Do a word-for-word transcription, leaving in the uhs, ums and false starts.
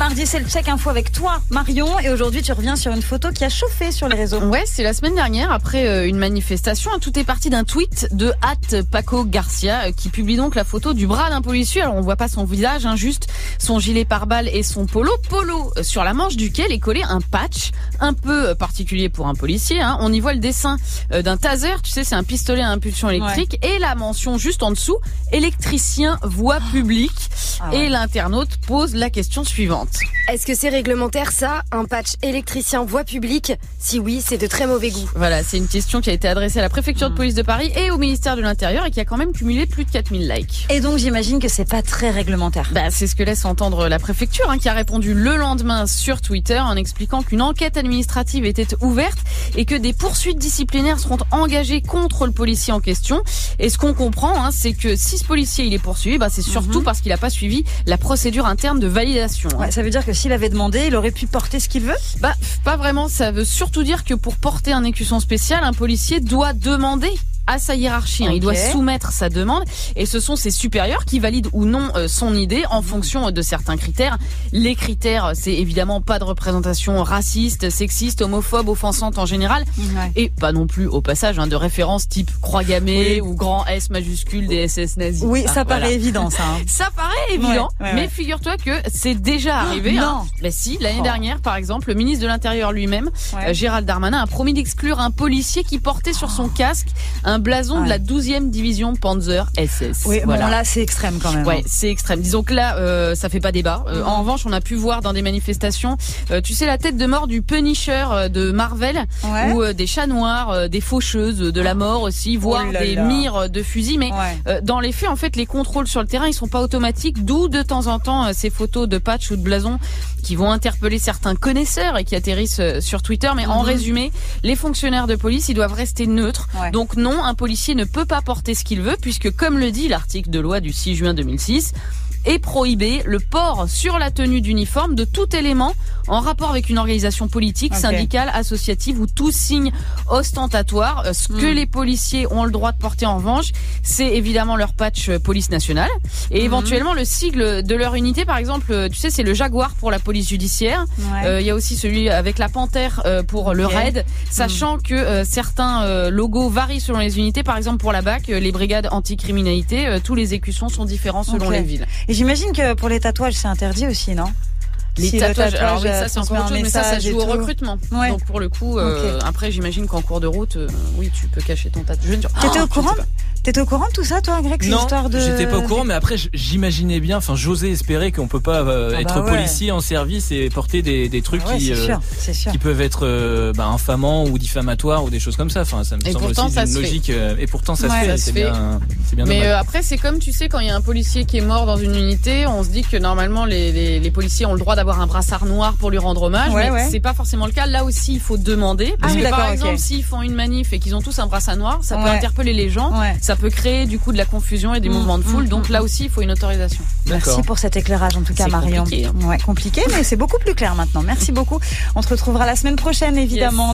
mardi, c'est le check info avec toi, Marion. Et aujourd'hui, tu reviens sur une photo qui a chauffé sur les réseaux. Ouais, c'est la semaine dernière, après une manifestation. Tout est parti d'un tweet de at Paco Garcia qui publie donc la photo du bras d'un policier. Alors on voit pas son visage, hein, juste son gilet pare-balles et son polo. Polo sur la manche duquel est collé un patch un peu particulier pour un policier. Hein. On y voit le dessin d'un taser, tu sais, c'est un pistolet à impulsion électrique, ouais. Et la mention juste en dessous, électricien voie publique. Ah ouais. Et l'internaute pose la question suivante. Est-ce que c'est réglementaire ça, un patch électricien voie publique? Si oui, c'est de très mauvais goût. Voilà, c'est une question qui a été adressée à la préfecture mmh. de police de Paris et au ministère de l'Intérieur et qui a quand même cumulé plus de quatre mille likes. Et donc j'imagine que c'est pas très réglementaire. Bah, c'est ce que laisse entendre la préfecture, hein, qui a répondu le lendemain sur Twitter en expliquant qu'une enquête administrative était ouverte et que des poursuites disciplinaires seront engagées contre le policier en question. Et ce qu'on comprend, hein, c'est que si ce policier il est poursuivi, bah, c'est surtout mmh. parce qu'il n'a pas suivi la procédure interne de validation. Hein. Ouais, ça veut dire que s'il avait demandé, il aurait pu porter ce qu'il veut? Bah, pas vraiment. Ça veut surtout dire que pour porter un écusson spécial, un policier doit demander à sa hiérarchie. Okay. Il doit soumettre sa demande et ce sont ses supérieurs qui valident ou non euh, son idée en fonction de certains critères. Les critères, c'est évidemment pas de représentation raciste, sexiste, homophobe, offensante en général, ouais. Et pas non plus au passage hein, de références type croix gammée, oui. Ou grand S majuscule des S S nazis. Oui, ah, ça voilà. paraît évident ça. Hein. Ça paraît évident, ouais, ouais, mais ouais. figure-toi que c'est déjà arrivé. Oh, hein. non. Ben si, l'année oh. dernière par exemple, le ministre de l'Intérieur lui-même, ouais. euh, Gérald Darmanin, a promis d'exclure un policier qui portait sur son casque un blason ouais. de la douzième division Panzer S S. Oui, voilà. Bon là c'est extrême quand même. Ouais, c'est extrême. Disons que là, euh, ça fait pas débat. Euh, mmh. En revanche, on a pu voir dans des manifestations, euh, tu sais, la tête de mort du Punisher euh, de Marvel, ouais. Ou euh, des chats noirs, euh, des faucheuses de la mort aussi, voire oh des mires de fusils. Mais ouais. euh, dans les faits, en fait, les contrôles sur le terrain, ils sont pas automatiques. D'où de temps en temps euh, ces photos de patch ou de blason qui vont interpeller certains connaisseurs et qui atterrissent euh, sur Twitter. Mais mmh. en résumé, les fonctionnaires de police, ils doivent rester neutres. Ouais. Donc non, un policier ne peut pas porter ce qu'il veut puisque, comme le dit l'article de loi du six juin deux mille six, est prohibé le port sur la tenue d'uniforme de tout élément en rapport avec une organisation politique, okay. syndicale, associative ou tout signe ostentatoire. Ce mmh. que les policiers ont le droit de porter en revanche, c'est évidemment leur patch police nationale et mmh. éventuellement le sigle de leur unité. Par exemple, tu sais, c'est le Jaguar pour la police judiciaire. Il ouais. euh, y a aussi celui avec la Panthère euh, pour okay. le raid, sachant mmh. que euh, certains euh, logos varient selon les unités. Par exemple, pour la B A C, euh, les brigades anticriminalité, euh, tous les écussons sont différents selon okay. les villes. Et j'imagine que pour les tatouages, c'est interdit aussi, non? Les si tatouages, tatouage, alors oui, ça c'est encore autre chose, mais ça, ça joue au recrutement. Ouais. Donc pour le coup, euh, okay. après j'imagine qu'en cours de route, euh, oui, tu peux cacher ton tatouage. T'étais oh, au courant? T'étais au courant de tout ça, toi, Greg? Non, histoire de... j'étais pas au courant, mais après j'imaginais bien, enfin j'osais espérer qu'on peut pas euh, ah être bah ouais. policier en service et porter des, des trucs ah ouais, qui, euh, sûr, sûr. qui peuvent être euh, bah, infamants ou diffamatoires ou des choses comme ça. Enfin, ça me et semble pourtant, aussi ça d'une logique. Euh, et pourtant, ça ouais, se fait. Ça c'est, se bien, fait. c'est bien. Mais normal. euh, après, c'est comme tu sais, quand il y a un policier qui est mort dans une unité, on se dit que normalement les, les, les policiers ont le droit d'avoir un brassard noir pour lui rendre hommage, ouais, mais ouais. c'est pas forcément le cas. Là aussi, il faut demander. Parce ah, que oui, par exemple, okay. s'ils font une manif et qu'ils ont tous un brassard noir, ça ouais. peut interpeller les gens, ouais. ça peut créer du coup de la confusion et des mmh, mouvements de foule. Mmh, donc là aussi, il faut une autorisation. Merci D'accord. pour cet éclairage, en tout cas, c'est Marion. Compliqué, hein. Ouais, compliqué, mais c'est beaucoup plus clair maintenant. Merci beaucoup. On te retrouvera la semaine prochaine, évidemment. Yes.